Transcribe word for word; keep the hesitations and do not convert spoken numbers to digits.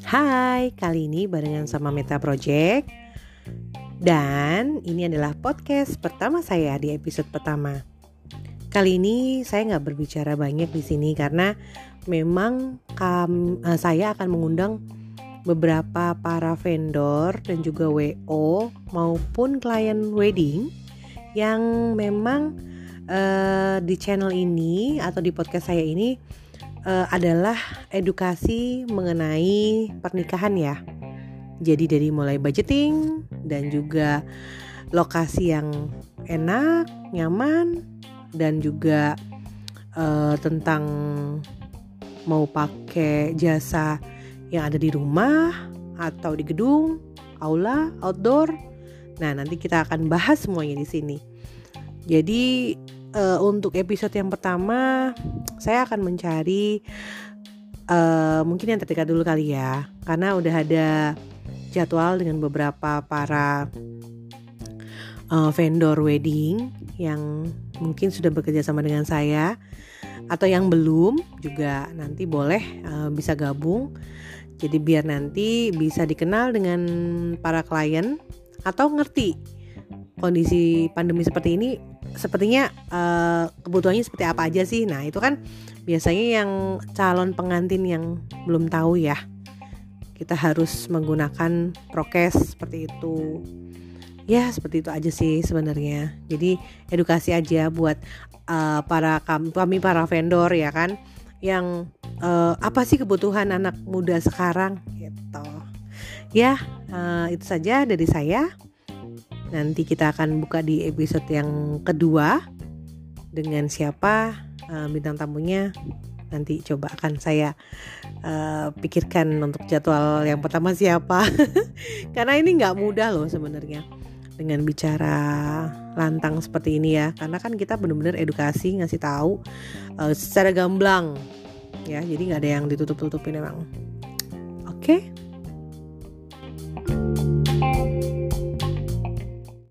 Hai, kali ini barengan sama Meta Project. Dan ini adalah podcast pertama saya di episode pertama. Kali ini saya nggak berbicara banyak di sini karena memang kam, uh, saya akan mengundang beberapa para vendor dan juga W O maupun klien wedding yang memang uh, di channel ini atau di podcast saya ini uh, adalah edukasi mengenai pernikahan ya. Jadi dari mulai budgeting dan juga lokasi yang enak, nyaman, dan juga uh, tentang mau pakai jasa yang ada di rumah atau di gedung, aula, outdoor. Nah, nanti kita akan bahas semuanya di sini. Jadi uh, untuk episode yang pertama saya akan mencari uh, mungkin yang terdekat dulu kali ya, karena udah ada jadwal dengan beberapa para uh, vendor wedding yang mungkin sudah bekerja sama dengan saya, atau yang belum juga nanti boleh uh, bisa gabung. Jadi biar nanti bisa dikenal dengan para klien atau ngerti kondisi pandemi seperti ini, sepertinya uh, kebutuhannya seperti apa aja sih. Nah itu kan biasanya yang calon pengantin yang belum tahu ya, kita harus menggunakan prokes seperti itu. Ya seperti itu aja sih sebenarnya. Jadi edukasi aja buat uh, para kami para vendor ya kan, yang uh, apa sih kebutuhan anak muda sekarang gitu. Ya uh, itu saja dari saya. Nanti kita akan buka di episode yang kedua dengan siapa uh, bintang tamunya. Nanti coba akan saya uh, pikirkan untuk jadwal yang pertama siapa. Karena ini gak mudah loh sebenarnya dengan bicara lantang seperti ini ya. Karena kan kita benar-benar edukasi, ngasih tahu uh, secara gamblang ya. Jadi gak ada yang ditutup-tutupin emang. Oke.